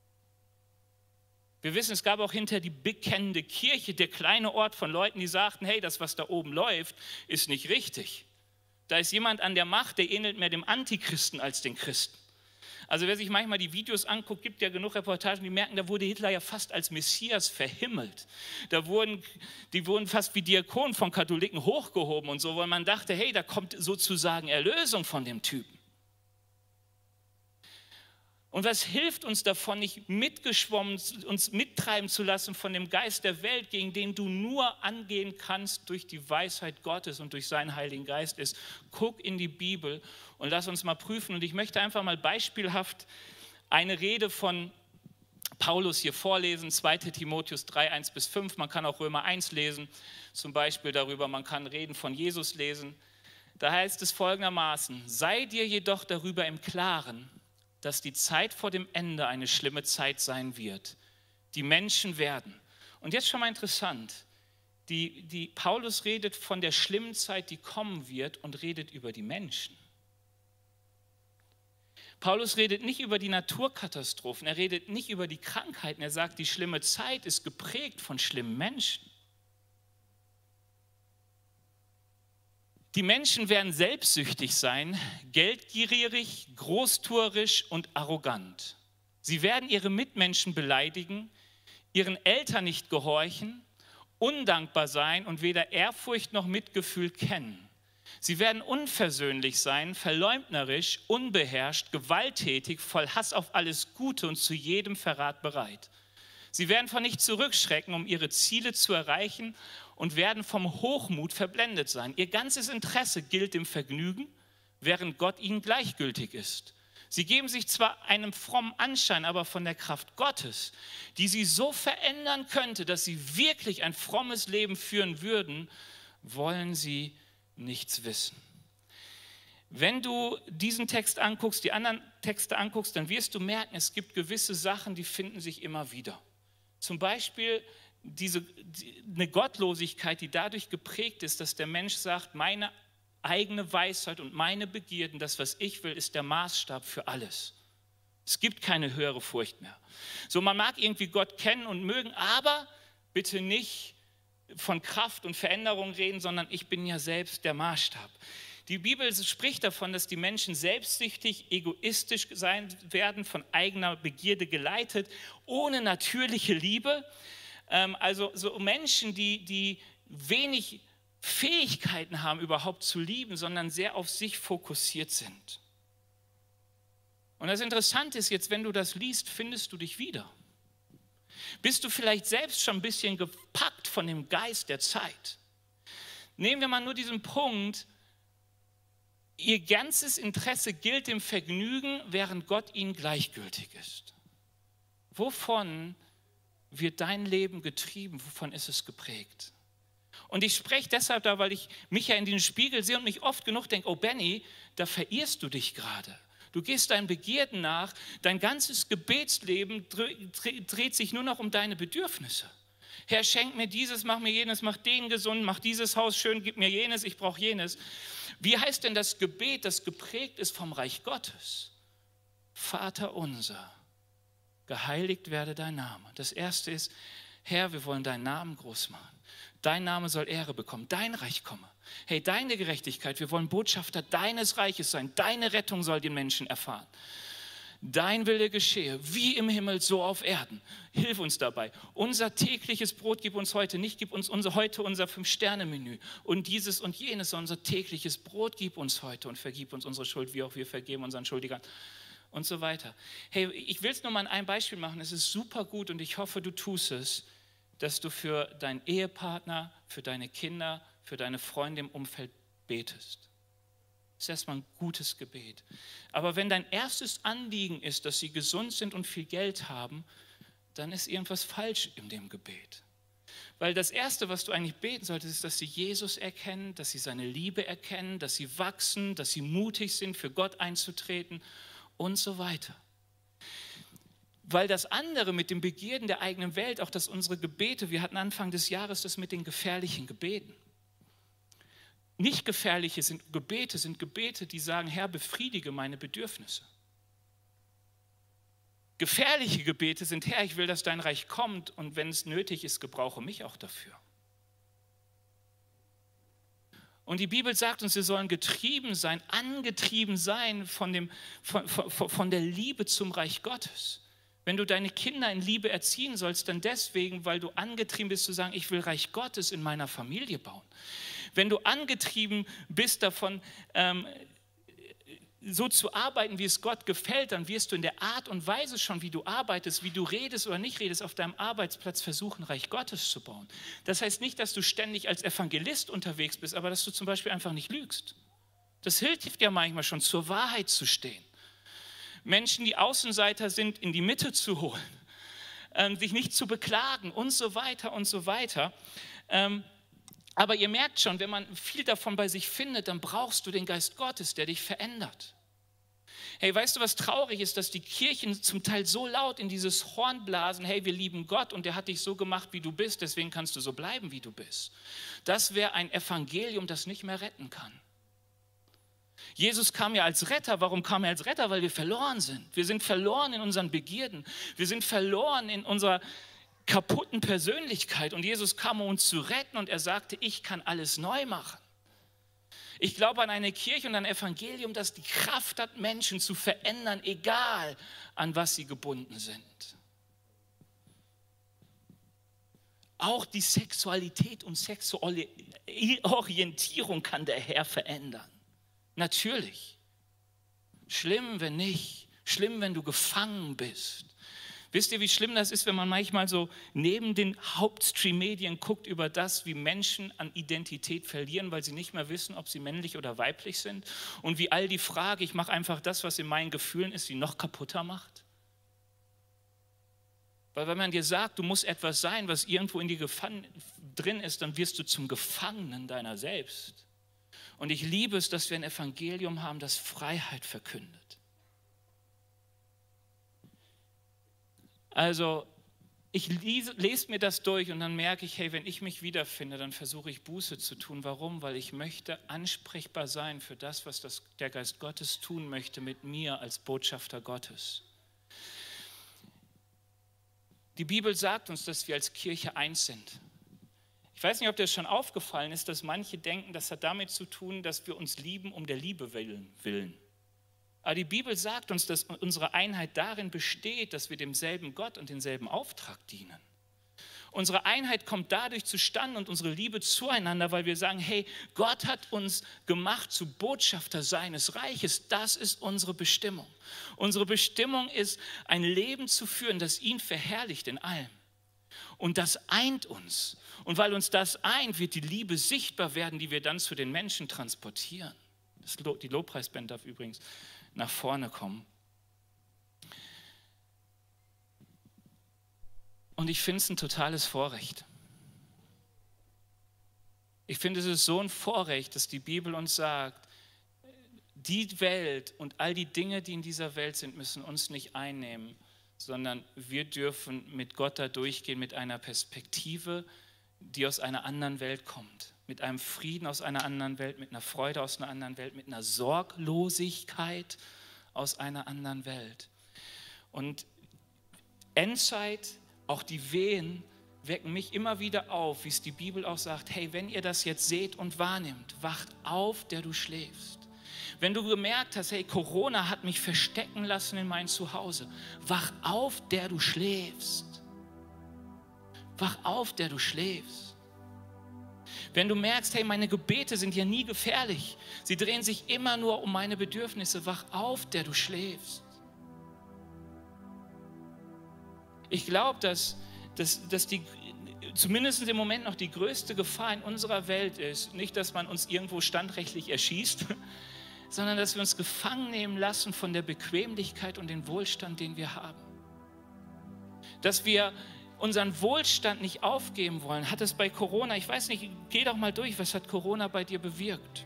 Wir wissen, es gab auch hinter die bekennende Kirche, der kleine Ort von Leuten, die sagten, hey, das, was da oben läuft, ist nicht richtig. Da ist jemand an der Macht, der ähnelt mehr dem Antichristen als den Christen. Also wer sich manchmal die Videos anguckt, gibt ja genug Reportagen, die merken, da wurde Hitler ja fast als Messias verhimmelt. Die wurden fast wie Diakonen von Katholiken hochgehoben und so, weil man dachte, hey, da kommt sozusagen Erlösung von dem Typen. Und was hilft uns davon, nicht mitgeschwommen, uns mittreiben zu lassen von dem Geist der Welt, gegen den du nur angehen kannst durch die Weisheit Gottes und durch seinen Heiligen Geist ist? Guck in die Bibel und lass uns mal prüfen. Und ich möchte einfach mal beispielhaft eine Rede von Paulus hier vorlesen, 2 Timotheus 3, 1-5. Man kann auch Römer 1 lesen, zum Beispiel darüber. Man kann Reden von Jesus lesen. Da heißt es folgendermaßen: Sei dir jedoch darüber im Klaren, dass die Zeit vor dem Ende eine schlimme Zeit sein wird. Die Menschen werden. Und jetzt schon mal interessant, die Paulus redet von der schlimmen Zeit, die kommen wird und redet über die Menschen. Paulus redet nicht über die Naturkatastrophen, er redet nicht über die Krankheiten, er sagt, die schlimme Zeit ist geprägt von schlimmen Menschen. Die Menschen werden selbstsüchtig sein, geldgierig, großtuerisch und arrogant. Sie werden ihre Mitmenschen beleidigen, ihren Eltern nicht gehorchen, undankbar sein und weder Ehrfurcht noch Mitgefühl kennen. Sie werden unversöhnlich sein, verleumderisch, unbeherrscht, gewalttätig, voll Hass auf alles Gute und zu jedem Verrat bereit. Sie werden vor nichts zurückschrecken, um ihre Ziele zu erreichen und werden vom Hochmut verblendet sein. Ihr ganzes Interesse gilt dem Vergnügen, während Gott ihnen gleichgültig ist. Sie geben sich zwar einem frommen Anschein, aber von der Kraft Gottes, die sie so verändern könnte, dass sie wirklich ein frommes Leben führen würden, wollen sie nichts wissen. Wenn du diesen Text anguckst, die anderen Texte anguckst, dann wirst du merken, es gibt gewisse Sachen, die finden sich immer wieder. Zum Beispiel eine Gottlosigkeit, die dadurch geprägt ist, dass der Mensch sagt, meine eigene Weisheit und meine Begierden, das, was ich will, ist der Maßstab für alles. Es gibt keine höhere Furcht mehr. So, man mag irgendwie Gott kennen und mögen, aber bitte nicht von Kraft und Veränderung reden, sondern ich bin ja selbst der Maßstab. Die Bibel spricht davon, dass die Menschen selbstsüchtig, egoistisch sein werden, von eigener Begierde geleitet, ohne natürliche Liebe. Also so Menschen, die wenig Fähigkeiten haben, überhaupt zu lieben, sondern sehr auf sich fokussiert sind. Und das Interessante ist jetzt, wenn du das liest, findest du dich wieder. Bist du vielleicht selbst schon ein bisschen gepackt von dem Geist der Zeit? Nehmen wir mal nur diesen Punkt, ihr ganzes Interesse gilt dem Vergnügen, während Gott ihnen gleichgültig ist. Wovon wird dein Leben getrieben? Wovon ist es geprägt? Und ich spreche deshalb da, weil ich mich ja in den Spiegel sehe und mich oft genug denke, oh Benny, da verirrst du dich gerade. Du gehst deinen Begierden nach, dein ganzes Gebetsleben dreht sich nur noch um deine Bedürfnisse. Herr, schenk mir dieses, mach mir jenes, mach den gesund, mach dieses Haus schön, gib mir jenes, ich brauche jenes. Wie heißt denn das Gebet, das geprägt ist vom Reich Gottes? Vater unser, geheiligt werde dein Name. Das erste ist, Herr, wir wollen deinen Namen groß machen. Dein Name soll Ehre bekommen, dein Reich komme. Hey, deine Gerechtigkeit, wir wollen Botschafter deines Reiches sein. Deine Rettung soll den Menschen erfahren. Dein Wille geschehe, wie im Himmel, so auf Erden. Hilf uns dabei. Unser tägliches Brot gib uns heute nicht, gib uns heute unser 5-Sterne-Menü und dieses und jenes, sondern unser tägliches Brot gib uns heute und vergib uns unsere Schuld, wie auch wir vergeben unseren Schuldigern und so weiter. Hey, ich will es nur mal an einem Beispiel machen. Es ist super gut und ich hoffe, du tust es, dass du für deinen Ehepartner, für deine Kinder, für deine Freunde im Umfeld betest. Das ist erstmal ein gutes Gebet. Aber wenn dein erstes Anliegen ist, dass sie gesund sind und viel Geld haben, dann ist irgendwas falsch in dem Gebet. Weil das Erste, was du eigentlich beten solltest, ist, dass sie Jesus erkennen, dass sie seine Liebe erkennen, dass sie wachsen, dass sie mutig sind, für Gott einzutreten und so weiter. Weil das andere mit dem Begierden der eigenen Welt, auch dass unsere Gebete, wir hatten Anfang des Jahres das mit den gefährlichen Gebeten. Nicht gefährliche sind Gebete, die sagen, Herr, befriedige meine Bedürfnisse. Gefährliche Gebete sind, Herr, ich will, dass dein Reich kommt und wenn es nötig ist, gebrauche mich auch dafür. Und die Bibel sagt uns, wir sollen getrieben sein, angetrieben sein von der Liebe zum Reich Gottes. Wenn du deine Kinder in Liebe erziehen sollst, dann deswegen, weil du angetrieben bist zu sagen, ich will Reich Gottes in meiner Familie bauen. Wenn du angetrieben bist davon, so zu arbeiten, wie es Gott gefällt, dann wirst du in der Art und Weise schon, wie du arbeitest, wie du redest oder nicht redest, auf deinem Arbeitsplatz versuchen, Reich Gottes zu bauen. Das heißt nicht, dass du ständig als Evangelist unterwegs bist, aber dass du zum Beispiel einfach nicht lügst. Das hilft ja manchmal schon, zur Wahrheit zu stehen. Menschen, die Außenseiter sind, in die Mitte zu holen, sich nicht zu beklagen und so weiter und so weiter. Aber ihr merkt schon, wenn man viel davon bei sich findet, dann brauchst du den Geist Gottes, der dich verändert. Hey, weißt du, was traurig ist, dass die Kirchen zum Teil so laut in dieses Horn blasen, hey, wir lieben Gott und der hat dich so gemacht, wie du bist, deswegen kannst du so bleiben, wie du bist. Das wäre ein Evangelium, das nicht mehr retten kann. Jesus kam ja als Retter. Warum kam er als Retter? Weil wir verloren sind. Wir sind verloren in unseren Begierden. Wir sind verloren in unserer kaputten Persönlichkeit. Und Jesus kam, um uns zu retten und er sagte, ich kann alles neu machen. Ich glaube an eine Kirche und ein Evangelium, das die Kraft hat, Menschen zu verändern, egal an was sie gebunden sind. Auch die Sexualität und sexuelle Orientierung kann der Herr verändern. Natürlich. Schlimm, wenn nicht. Schlimm, wenn du gefangen bist. Wisst ihr, wie schlimm das ist, wenn man manchmal so neben den Hauptstream-Medien guckt über das, wie Menschen an Identität verlieren, weil sie nicht mehr wissen, ob sie männlich oder weiblich sind und wie all die Frage, ich mache einfach das, was in meinen Gefühlen ist, sie noch kaputter macht? Weil wenn man dir sagt, du musst etwas sein, was irgendwo in dir drin ist, dann wirst du zum Gefangenen deiner selbst. Und ich liebe es, dass wir ein Evangelium haben, das Freiheit verkündet. Also ich lese mir das durch und dann merke ich, hey, wenn ich mich wiederfinde, dann versuche ich Buße zu tun. Warum? Weil ich möchte ansprechbar sein für das, was der Geist Gottes tun möchte mit mir als Botschafter Gottes. Die Bibel sagt uns, dass wir als Kirche eins sind. Ich weiß nicht, ob dir das schon aufgefallen ist, dass manche denken, das hat damit zu tun, dass wir uns lieben um der Liebe willen. Aber die Bibel sagt uns, dass unsere Einheit darin besteht, dass wir demselben Gott und denselben Auftrag dienen. Unsere Einheit kommt dadurch zustande und unsere Liebe zueinander, weil wir sagen, hey, Gott hat uns gemacht zu Botschafter seines Reiches. Das ist unsere Bestimmung. Unsere Bestimmung ist, ein Leben zu führen, das ihn verherrlicht in allem. Und das eint uns. Und weil uns das eint, wird die Liebe sichtbar werden, die wir dann zu den Menschen transportieren. Die Lobpreisband darf übrigens nach vorne kommen. Und ich finde es ein totales Vorrecht. Ich finde, es ist so ein Vorrecht, dass die Bibel uns sagt, die Welt und all die Dinge, die in dieser Welt sind, müssen uns nicht einnehmen, sondern wir dürfen mit Gott da durchgehen mit einer Perspektive, die aus einer anderen Welt kommt. Mit einem Frieden aus einer anderen Welt, mit einer Freude aus einer anderen Welt, mit einer Sorglosigkeit aus einer anderen Welt. Und Endzeit, auch die Wehen, wecken mich immer wieder auf, wie es die Bibel auch sagt, hey, wenn ihr das jetzt seht und wahrnimmt, wacht auf, der du schläfst. Wenn du gemerkt hast, hey, Corona hat mich verstecken lassen in mein Zuhause, wach auf, der du schläfst. Wach auf, der du schläfst. Wenn du merkst, hey, meine Gebete sind ja nie gefährlich, sie drehen sich immer nur um meine Bedürfnisse, wach auf, der du schläfst. Ich glaube, dass die, zumindest im Moment noch die größte Gefahr in unserer Welt ist, nicht, dass man uns irgendwo standrechtlich erschießt, sondern dass wir uns gefangen nehmen lassen von der Bequemlichkeit und dem Wohlstand, den wir haben. Dass wir unseren Wohlstand nicht aufgeben wollen. Hat es bei Corona, ich weiß nicht, geh doch mal durch, was hat Corona bei dir bewirkt?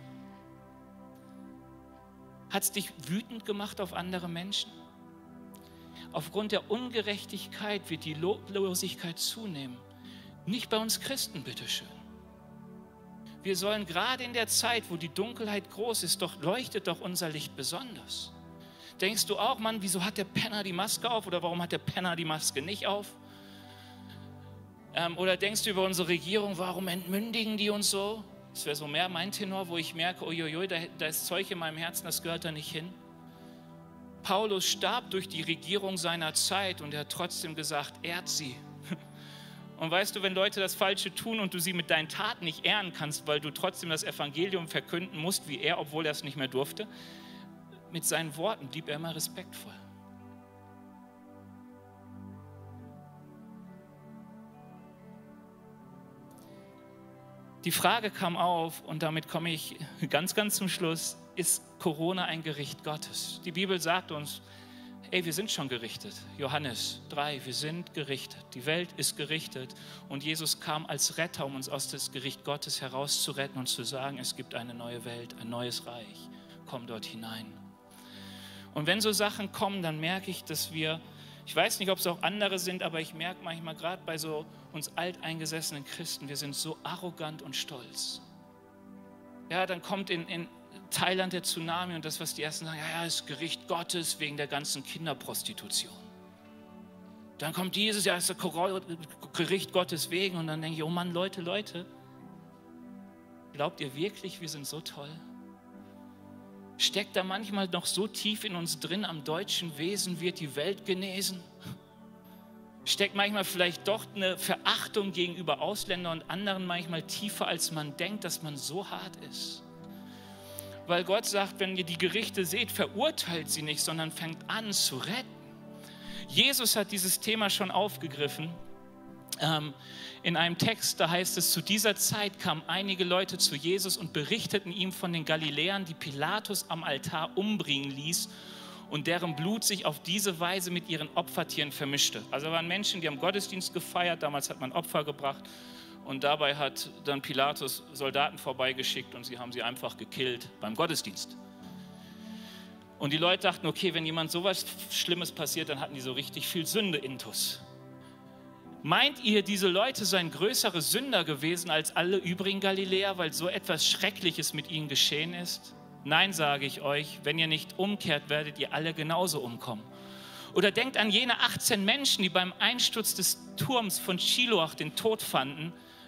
Hat es dich wütend gemacht auf andere Menschen? Aufgrund der Ungerechtigkeit wird die Loblosigkeit zunehmen. Nicht bei uns Christen, bitteschön. Wir sollen gerade in der Zeit, wo die Dunkelheit groß ist, doch leuchtet doch unser Licht besonders. Denkst du auch, Mann, wieso hat der Penner die Maske auf oder warum hat der Penner die Maske nicht auf? Oder denkst du über unsere Regierung, warum entmündigen die uns so? Das wäre so mehr mein Tenor, wo ich merke, uiuiui, da ist Zeug in meinem Herzen, das gehört da nicht hin. Paulus starb durch die Regierung seiner Zeit und er hat trotzdem gesagt, ehrt sie. Und weißt du, wenn Leute das Falsche tun und du sie mit deinen Taten nicht ehren kannst, weil du trotzdem das Evangelium verkünden musst, wie er, obwohl er es nicht mehr durfte, mit seinen Worten blieb er immer respektvoll. Die Frage kam auf, und damit komme ich ganz zum Schluss, ist Corona ein Gericht Gottes? Die Bibel sagt uns, ey, wir sind schon gerichtet. Johannes 3, wir sind gerichtet. Die Welt ist gerichtet und Jesus kam als Retter, um uns aus dem Gericht Gottes herauszuretten und zu sagen, es gibt eine neue Welt, ein neues Reich. Komm dort hinein. Und wenn so Sachen kommen, dann merke ich, dass wir, ich weiß nicht, ob es auch andere sind, aber ich merke manchmal gerade bei so uns alteingesessenen Christen, wir sind so arrogant und stolz. Ja, dann kommt in Thailand der Tsunami und das, was die Ersten sagen, ja, das ist Gericht Gottes wegen der ganzen Kinderprostitution. Dann kommt dieses, ja, das ist Gericht Gottes wegen und dann denke ich, oh Mann, Leute, glaubt ihr wirklich, wir sind so toll? Steckt da manchmal noch so tief in uns drin, am deutschen Wesen wird die Welt genesen? Steckt manchmal vielleicht doch eine Verachtung gegenüber Ausländern und anderen manchmal tiefer, als man denkt, dass man so hart ist? Weil Gott sagt, wenn ihr die Gerichte seht, verurteilt sie nicht, sondern fängt an zu retten. Jesus hat dieses Thema schon aufgegriffen. In einem Text, da heißt es, zu dieser Zeit kamen einige Leute zu Jesus und berichteten ihm von den Galiläern, die Pilatus am Altar umbringen ließ und deren Blut sich auf diese Weise mit ihren Opfertieren vermischte. Also da waren Menschen, die haben Gottesdienst gefeiert, damals hat man Opfer gebracht und dabei hat dann Pilatus Soldaten vorbeigeschickt und sie haben sie einfach gekillt beim Gottesdienst. Und die Leute dachten, okay, wenn jemand sowas Schlimmes passiert, dann hatten die so richtig viel Sünde-Intus. Meint ihr, diese Leute seien größere Sünder gewesen als alle übrigen Galiläer, weil so etwas Schreckliches mit ihnen geschehen ist? Nein, sage ich euch, wenn ihr nicht umkehrt, werdet ihr alle genauso umkommen. Oder denkt an jene 18 Menschen, die beim Einsturz des Turms von Shiloach den Tod fanden.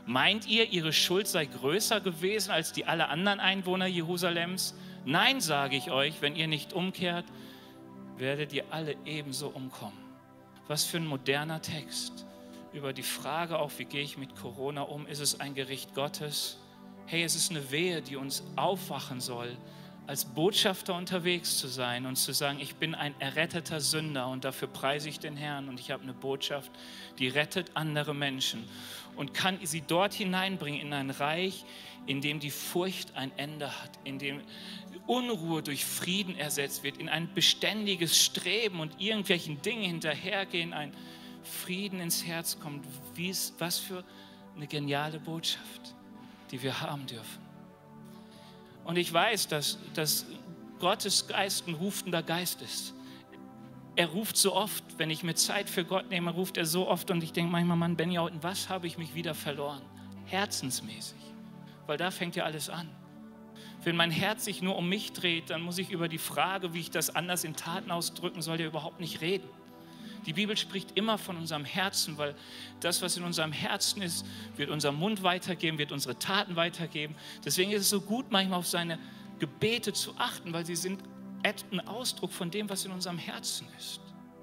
Meint ihr, ihre Schuld sei größer gewesen als die aller anderen Einwohner Jerusalems? Nein, sage ich euch, wenn ihr nicht umkehrt, werdet ihr alle ebenso umkommen. Was für ein moderner Text über die Frage auch, wie gehe ich mit Corona um? Ist es ein Gericht Gottes? Hey, es ist eine Wehe, die uns aufwachen soll, als Botschafter unterwegs zu sein und zu sagen, ich bin ein erretteter Sünder und dafür preise ich den Herrn und ich habe eine Botschaft, die rettet andere Menschen und kann sie dort hineinbringen in ein Reich, in dem die Furcht ein Ende hat, in dem Unruhe durch Frieden ersetzt wird, in ein beständiges Streben und irgendwelchen Dingen hinterhergehen, ein Frieden ins Herz kommt. Was für eine geniale Botschaft, die wir haben dürfen. Und ich weiß, dass Gottes Geist ein rufender Geist ist. Er ruft so oft, wenn ich mir Zeit für Gott nehme, ruft er so oft und ich denke manchmal, Mann, Benny, in was habe ich mich wieder verloren? Herzensmäßig, weil da fängt ja alles an. Wenn mein Herz sich nur um mich dreht, dann muss ich über die Frage, wie ich das anders in Taten ausdrücken soll, ja überhaupt nicht reden. Die Bibel spricht immer von unserem Herzen, weil das, was in unserem Herzen ist, wird unser Mund weitergeben, wird unsere Taten weitergeben. Deswegen ist es so gut, manchmal auf seine Gebete zu achten, weil sie sind ein Ausdruck von dem, was in unserem Herzen ist.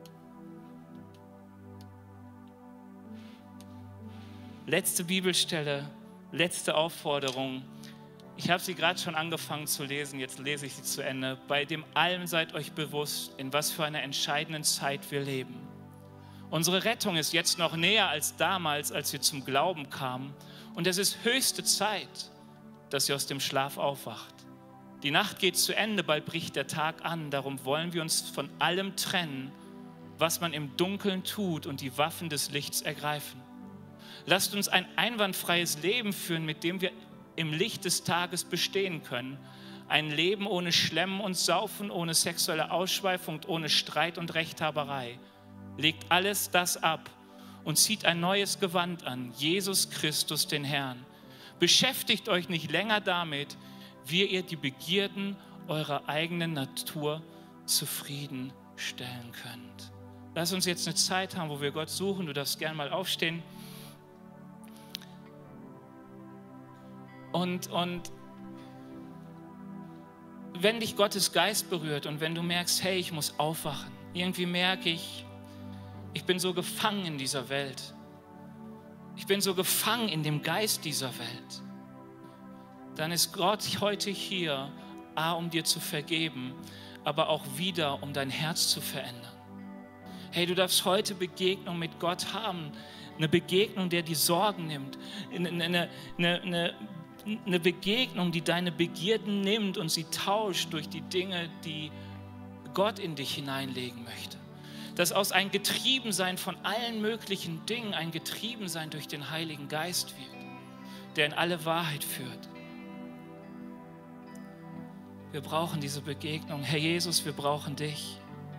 Letzte Bibelstelle, letzte Aufforderung. Ich habe sie gerade schon angefangen zu lesen, jetzt lese ich sie zu Ende. Bei dem allem seid euch bewusst, in was für einer entscheidenden Zeit wir leben. Unsere Rettung ist jetzt noch näher als damals, als wir zum Glauben kamen. Und es ist höchste Zeit, dass ihr aus dem Schlaf aufwacht. Die Nacht geht zu Ende, bald bricht der Tag an. Darum wollen wir uns von allem trennen, was man im Dunkeln tut und die Waffen des Lichts ergreifen. Lasst uns ein einwandfreies Leben führen, mit dem wir im Licht des Tages bestehen können. Ein Leben ohne Schlemmen und Saufen, ohne sexuelle Ausschweifung, ohne Streit und Rechthaberei. Legt alles das ab und zieht ein neues Gewand an, Jesus Christus, den Herrn. Beschäftigt euch nicht länger damit, wie ihr die Begierden eurer eigenen Natur zufriedenstellen könnt. Lass uns jetzt eine Zeit haben, wo wir Gott suchen. Du darfst gerne mal aufstehen. Und wenn dich Gottes Geist berührt und wenn du merkst, hey, ich muss aufwachen, irgendwie merke ich bin so gefangen in dieser Welt. Ich bin so gefangen in dem Geist dieser Welt. Dann ist Gott heute hier, um dir zu vergeben, aber auch wieder, um dein Herz zu verändern. Hey, du darfst heute Begegnung mit Gott haben. Eine Begegnung, der die Sorgen nimmt. Eine Begegnung, die deine Begierden nimmt und sie tauscht durch die Dinge, die Gott in dich hineinlegen möchte. Dass aus ein Getriebensein von allen möglichen Dingen ein Getriebensein durch den Heiligen Geist wird, der in alle Wahrheit führt. Wir brauchen diese Begegnung. Herr Jesus, wir brauchen dich.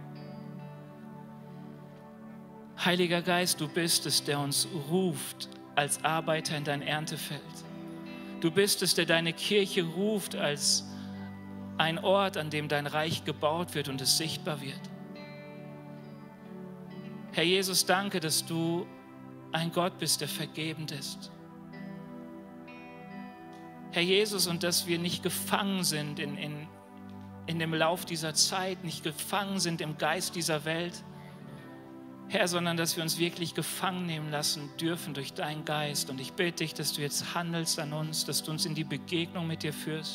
Heiliger Geist, du bist es, der uns ruft als Arbeiter in dein Erntefeld. Du bist es, der deine Kirche ruft als ein Ort, an dem dein Reich gebaut wird und es sichtbar wird. Herr Jesus, danke, dass du ein Gott bist, der vergebend ist. Herr Jesus, und dass wir nicht gefangen sind in dem Lauf dieser Zeit, nicht gefangen sind im Geist dieser Welt, Herr, sondern dass wir uns wirklich gefangen nehmen lassen dürfen durch deinen Geist. Und ich bitte dich, dass du jetzt handelst an uns, dass du uns in die Begegnung mit dir führst.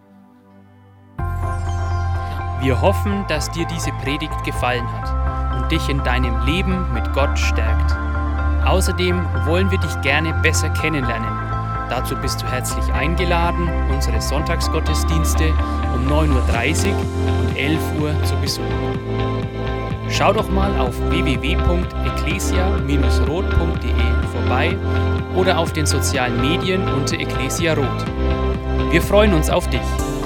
Wir hoffen, dass dir diese Predigt gefallen hat und dich in deinem Leben mit Gott stärkt. Außerdem wollen wir dich gerne besser kennenlernen. Dazu bist du herzlich eingeladen, unsere Sonntagsgottesdienste um 9.30 Uhr und 11 Uhr zu besuchen. Schau doch mal auf www.ecclesia-rot.de vorbei oder auf den sozialen Medien unter Ecclesia Rot. Wir freuen uns auf dich.